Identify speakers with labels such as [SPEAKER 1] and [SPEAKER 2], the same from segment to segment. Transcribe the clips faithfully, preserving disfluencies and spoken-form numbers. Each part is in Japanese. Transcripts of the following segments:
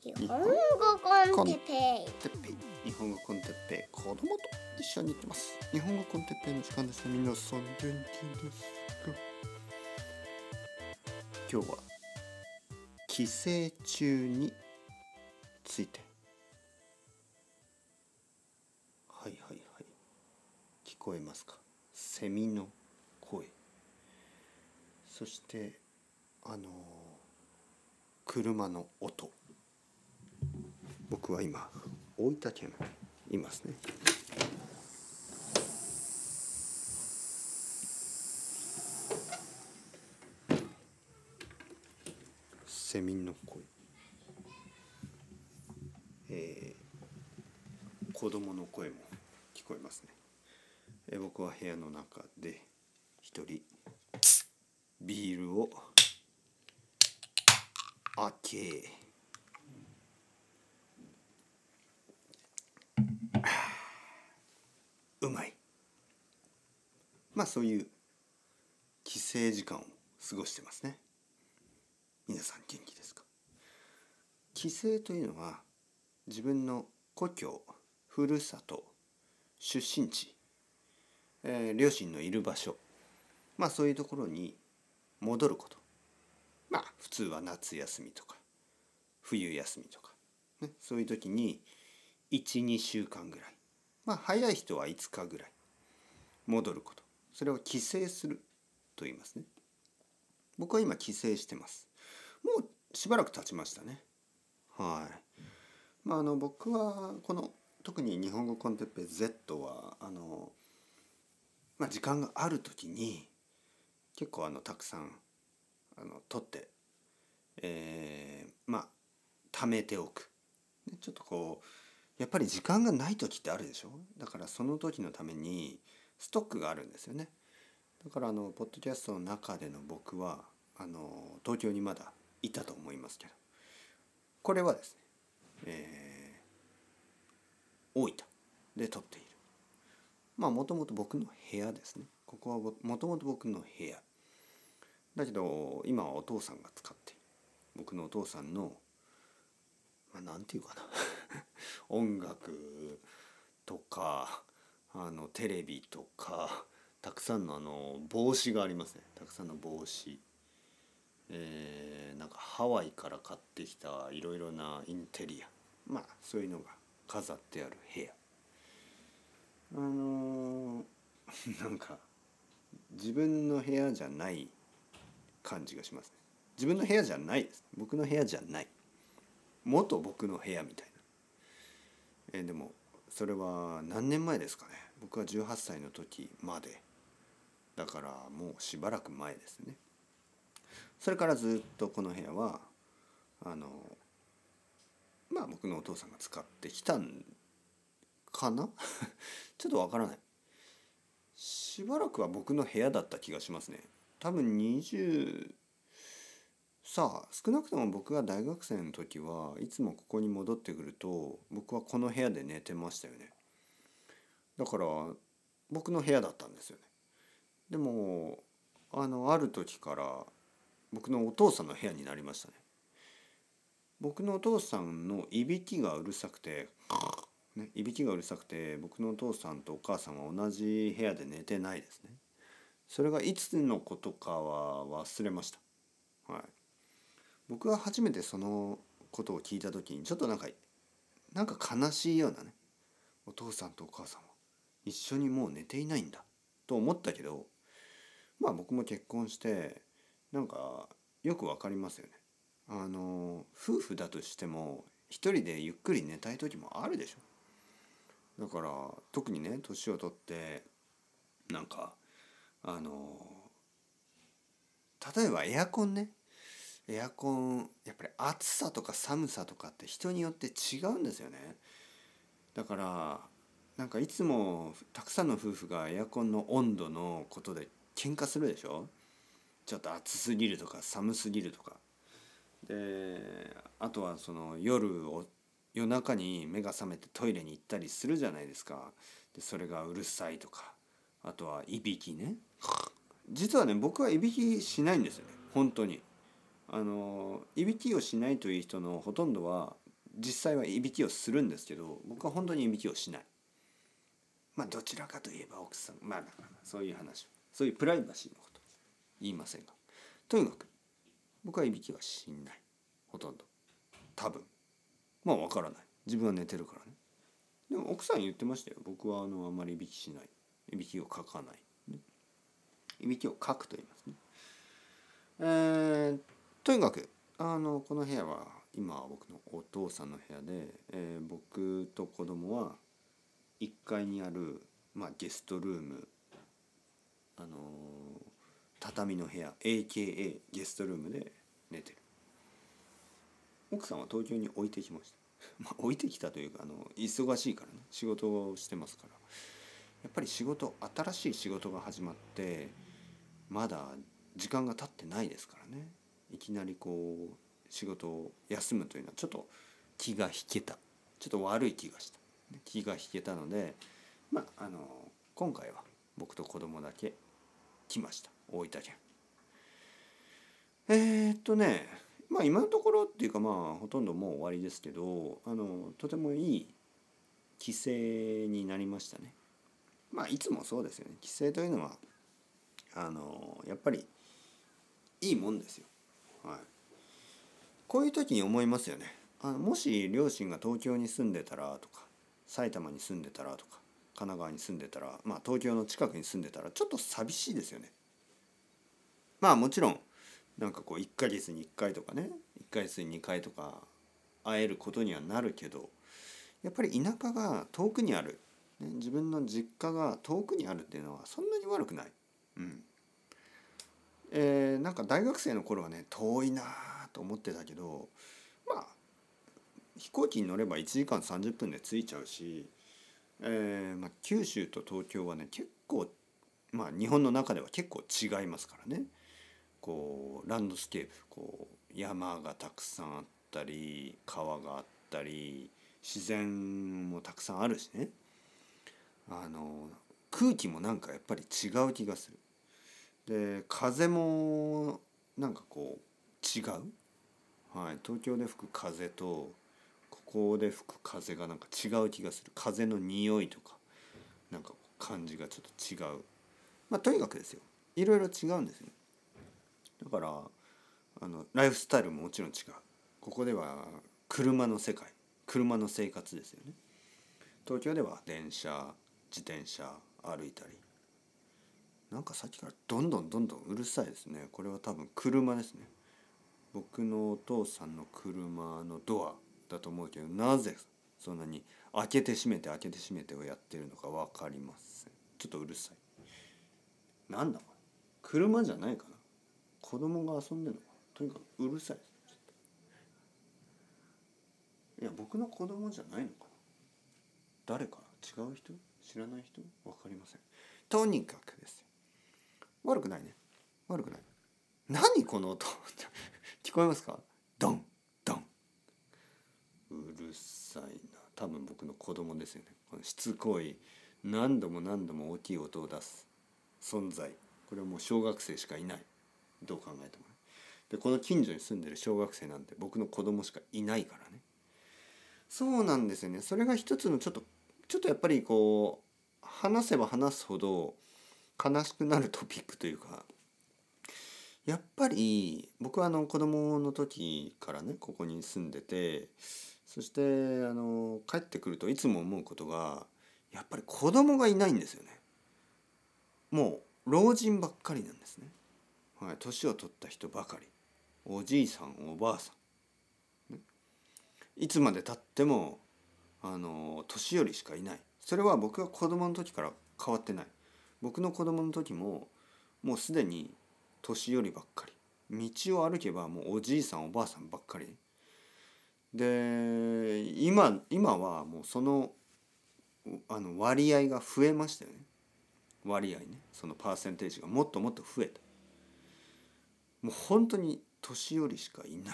[SPEAKER 1] 日本語コンテッペイ。
[SPEAKER 2] 日本語コンテッペイ、子供と一緒に行ってます。日本語コンテッペイの時間ですね。皆さん元気ですか？今日は寄生虫について。はいはいはい。聞こえますか？セミの声。そしてあのー、車の音。僕は今大分県いますね。セミの声、えー、子供の声も聞こえますね。えー、僕は部屋の中で一人ビールを開け、うまい。まあそういう帰省時間を過ごしてますね。皆さん元気ですか？帰省というのは自分の故郷、ふるさと、出身地、えー、両親のいる場所、まあそういうところに戻ること。まあ普通は夏休みとか冬休みとか、ね、そういう時にいち、にしゅうかんぐらい、まあ早い人はいつかぐらい戻ること。それを帰省すると言いますね。僕は今帰省してます。もうしばらく経ちましたね。はい。まああの僕はこの特に日本語コンテッペイ Z はあの、まあ、時間がある時に結構あのたくさんあの取って、えー、まあ貯めておく。ちょっとこうやっぱり時間がない時ってあるでしょ。だからその時のためにストックがあるんですよね。だからあのポッドキャストの中での僕はあの東京にまだいたと思いますけど、これはですね、えー、大分で撮っている。まあもともと僕の部屋ですね。ここはもともと僕の部屋だけど今はお父さんが使っている。僕のお父さんの、まあ、なんていうかな音楽とかあのテレビとかたくさんのあの帽子がありますね。たくさんの帽子、えー、なんかハワイから買ってきたいろいろなインテリア、まあそういうのが飾ってある部屋。あのー、なんか自分の部屋じゃない感じがしますね。自分の部屋じゃないです。僕の部屋じゃない。元僕の部屋みたいな。えー、でもそれは何年前ですかね。僕はじゅうはっさいの時まで。だからもうしばらく前ですね。それからずっとこの部屋はあのまあ僕のお父さんが使ってきたんかなちょっとわからない。しばらくは僕の部屋だった気がしますね。多分にじゅう、さあ少なくとも僕が大学生の時はいつもここに戻ってくると僕はこの部屋で寝てましたよね。だから僕の部屋だったんですよね。でもあのある時から僕のお父さんの部屋になりましたね。僕のお父さんのいびきがうるさくて、ね、いびきがうるさくて僕のお父さんとお母さんは同じ部屋で寝てないですね。それがいつのことかは忘れました。はい。僕が初めてそのことを聞いた時にちょっとなんかなんか悲しいようなね、お父さんとお母さんは一緒にもう寝ていないんだと思ったけど、まあ僕も結婚してなんかよくわかりますよね。あの夫婦だとしても一人でゆっくり寝たい時もあるでしょ。だから特にね年を取ってなんかあの例えばエアコンね、エアコンやっぱり暑さとか寒さとかって人によって違うんですよね。だからなんかいつもたくさんの夫婦がエアコンの温度のことで喧嘩するでしょ。ちょっと暑すぎるとか寒すぎるとかで、あとはその夜を夜中に目が覚めてトイレに行ったりするじゃないですか。でそれがうるさいとか、あとはいびきね。実はね僕はいびきしないんですよね本当に。あのいびきをしないという人のほとんどは実際はいびきをするんですけど、僕は本当にいびきをしない。まあどちらかといえば奥さん、まあまあまあそういう話、そういうプライバシーのこと言いませんが、とにかく僕はいびきはしない、ほとんど、多分。まあわからない、自分は寝てるからね。でも奥さん言ってましたよ。僕はあのあまりいびきしない、いびきをかかない、ね、いびきをかくと言いますね。えー、とにかくあのこの部屋は今は僕のお父さんの部屋で、えー、僕と子供はいっかいにある、まあ、ゲストルーム、あのー畳の部屋 エーケーエー ゲストルームで寝てる。奥さんは東京に置いてきました。まあ置いてきたというか、あの忙しいからね、仕事をしてますから。やっぱり仕事、新しい仕事が始まってまだ時間が経ってないですからね。いきなりこう仕事を休むというのはちょっと気が引けた、ちょっと悪い気がした気が引けたので、まああの今回は僕と子供だけ来ました、大分県。えー、っとねまあ今のところっていうか、まあほとんどもう終わりですけど、あのとてもいい帰省になりましたね。まあいつもそうですよね。帰省というのはあのやっぱりいいもんですよ。はい。こういう時に思いますよね。あのもし両親が東京に住んでたらとか、埼玉に住んでたらとか、神奈川に住んでたら、まあ東京の近くに住んでたらちょっと寂しいですよね。まあもちろんなんかこういっかげつにいっかいとかね、いっかげつににかいとか会えることにはなるけど、やっぱり田舎が遠くにある、ね、自分の実家が遠くにあるっていうのはそんなに悪くない。うん。えー、なんか大学生の頃はね遠いなと思ってたけど、まあ飛行機に乗ればいちじかんさんじゅっぷんで着いちゃうし、えーまあ、九州と東京はね結構、まあ日本の中では結構違いますからね。こうランドスケープ、こう山がたくさんあったり川があったり自然もたくさんあるしね、あの空気もなんかやっぱり違う気がする。で風もなんかこう違う、はい、東京で吹く風とここで吹く風がなんか違う気がする。風の匂いとかなんか感じがちょっと違う。まあとにかくですよ、いろいろ違うんですよね。だからあのライフスタイルももちろん違う。ここでは車の世界、車の生活ですよね。東京では電車、自転車、歩いたり、なんかさっきからどんどんどんどんうるさいですね。これは多分車ですね。僕のお父さんの車のドアだと思うけど、なぜそんなに開けて閉めて開けて閉めてをやってるのか分かりません。ちょっとうるさい。なんだこれ、車じゃないかな、子供が遊んでるのかな。とにかくうるさいです。いや僕の子供じゃないのかな、誰か違う人、知らない人、分かりません。とにかくですよ、悪くないね、悪くない。何この音聞こえますか？ドンドン、うるさいな。多分僕の子供ですよね。このしつこい、何度も何度も大きい音を出す存在、これはもう小学生しかいない、どう考えてもね。でこの近所に住んでる小学生なんて僕の子供しかいないからね。そうなんですよね。それが一つのちょっとちょっとやっぱりこう話せば話すほど悲しくなるトピックというか、やっぱり僕はあの子供の時からねここに住んでて、そしてあの帰ってくるといつも思うことが、やっぱり子供がいないんですよね。もう老人ばっかりなんですね。はい、年を取った人ばかり、おじいさんおばあさん、ね、いつまでたってもあの年寄りしかいない。それは僕が子供の時から変わってない。僕の子供の時ももうすでに年寄りばっかり、道を歩けばもうおじいさんおばあさんばっかりで、今今はもうそのあの割合が増えましたよね。割合ね、そのパーセンテージがもっともっと増えた。もう本当に年寄りしかいない。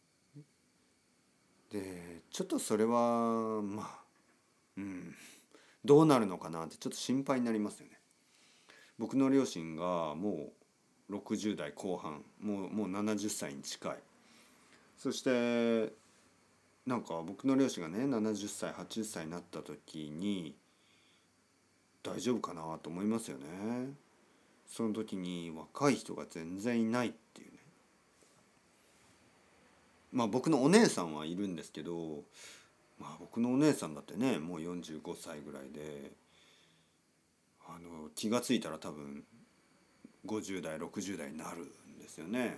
[SPEAKER 2] でちょっとそれはまあうんどうなるのかなってちょっと心配になりますよね。僕の両親がもうろくじゅう代後半、もうもうななじゅっさいに近い。そしてなんか僕の両親がねななじゅっさいはちじゅっさいになった時に大丈夫かなと思いますよね。その時に若い人が全然いないっていうね。まあ僕のお姉さんはいるんですけど、まあ僕のお姉さんだってねもうよんじゅうごさいぐらいで、あの気がついたら多分ごじゅう代ろくじゅう代になるんですよね。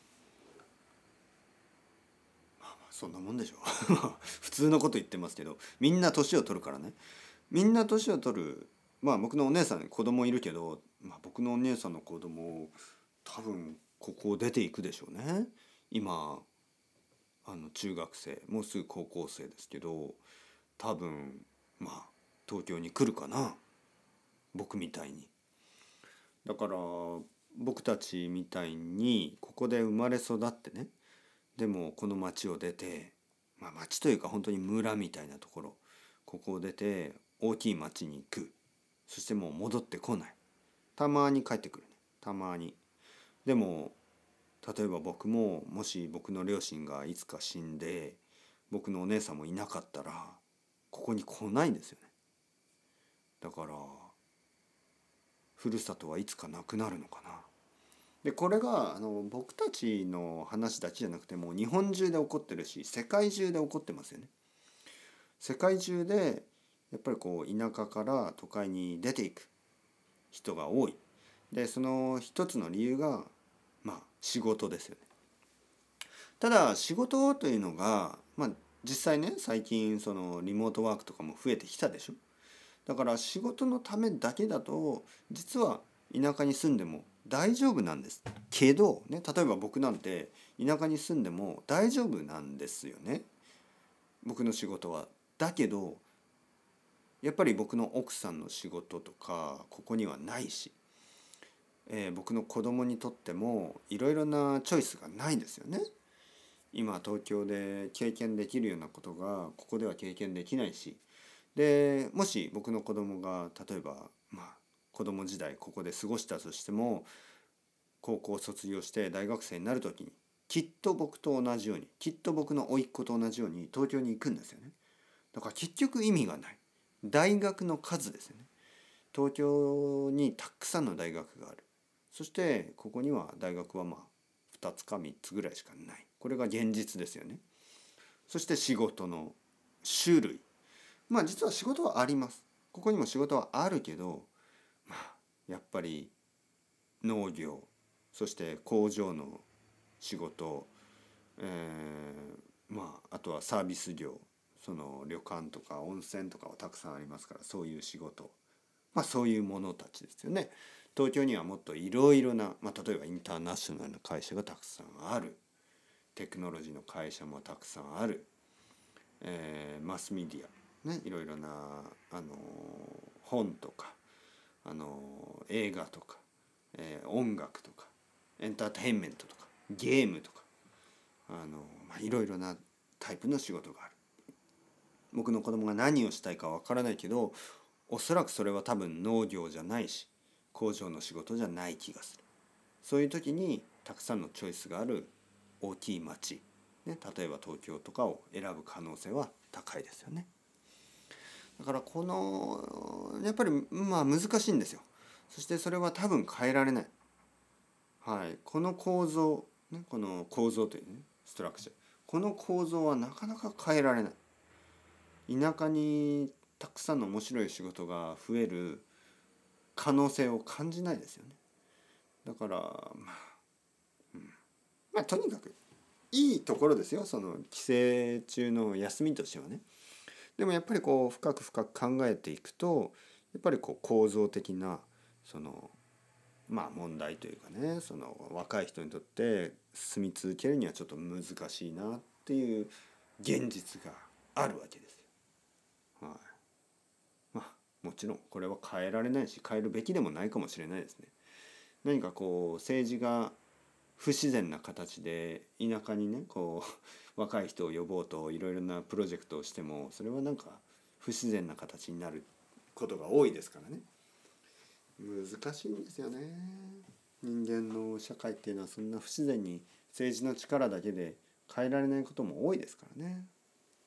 [SPEAKER 2] まあまあそんなもんでしょう普通のこと言ってますけど、みんな年を取るからね。みんな年を取る。まあ僕のお姉さん子供いるけど、まあ、僕のお姉さんの子供多分ここを出ていくでしょうね。今あの中学生もうすぐ高校生ですけど、多分まあ東京に来るかな、僕みたいに。だから僕たちみたいにここで生まれ育ってね、でもこの町を出て、まあ町というか本当に村みたいなところ、ここを出て大きい町に行く。そしてもう戻ってこない。たまに帰ってくるね。たまに。でも例えば僕ももし僕の両親がいつか死んで僕のお姉さんもいなかったらここに来ないんですよね。だからふるさとはいつかなくなるのかな。でこれがあの僕たちの話だけじゃなくてもう日本中で起こってるし世界中で起こってますよね。世界中でやっぱりこう田舎から都会に出ていく人が多い。でその一つの理由がまあ仕事ですよね。ただ仕事というのがまあ実際ね最近そのリモートワークとかも増えてきたでしょ。だから仕事のためだけだと実は田舎に住んでも大丈夫なんですけどね。例えば僕なんて田舎に住んでも大丈夫なんですよね、僕の仕事は。だけどやっぱり僕の奥さんの仕事とかここにはないし、えー僕の子供にとってもいろいろなチョイスがないんですよね。今東京で経験できるようなことがここでは経験できないし、でもし僕の子供が例えばまあ子供時代ここで過ごしたとしても高校を卒業して大学生になる時にきっと僕と同じようにきっと僕の甥っ子と同じように東京に行くんですよね。だから結局意味がない。大学の数ですよね。東京にたくさんの大学がある。そしてここには大学はまあふたつかみっつぐらいしかない。これが現実ですよね。そして仕事の種類。まあ実は仕事はあります。ここにも仕事はあるけど、まあやっぱり農業、そして工場の仕事、えー、まああとはサービス業、その旅館とか温泉とかはたくさんありますから、そういう仕事、まあそういうものたちですよね。東京にはもっといろいろな、まあ、例えばインターナショナルな会社がたくさんある。テクノロジーの会社もたくさんある。えー、マスメディア、ね、いろいろな、あのー本とか、あのー映画とか、えー音楽とかエンターテインメントとかゲームとか、あのーまあ、いろいろなタイプの仕事がある。僕の子供が何をしたいかわからないけど、おそらくそれは多分農業じゃないし工場の仕事じゃない気がする。そういう時にたくさんのチョイスがある大きい町、ね、例えば東京とかを選ぶ可能性は高いですよね。だからこのやっぱりまあ難しいんですよ。そしてそれは多分変えられない。はい、この構造、ね、この構造というねストラクチャー、この構造はなかなか変えられない。田舎にたくさんの面白い仕事が増える可能性を感じないですよね。だからまあ、うん、まあとにかくいいところですよ、その帰省中の休みとしてはね。でもやっぱりこう深く深く考えていくとやっぱりこう構造的なそのまあ問題というかね、その若い人にとって住み続けるにはちょっと難しいなっていう現実があるわけですよ。はい。まあもちろんこれは変えられないし変えるべきでもないかもしれないですね。何かこう政治が不自然な形で田舎にねこう若い人を呼ぼうといろいろなプロジェクトをしてもそれはなんか不自然な形になることが多いですからね。難しいんですよね。人間の社会っていうのはそんな不自然に政治の力だけで変えられないことも多いですからね。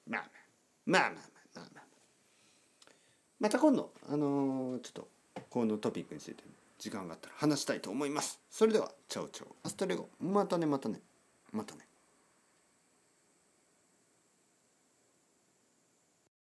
[SPEAKER 2] まあまあまあまあまあまあまあまた今度あのー、ちょっとこのトピックについて時間があったら話したいと思います。それではチャオチャオアストレゴ、またねまたねまたね。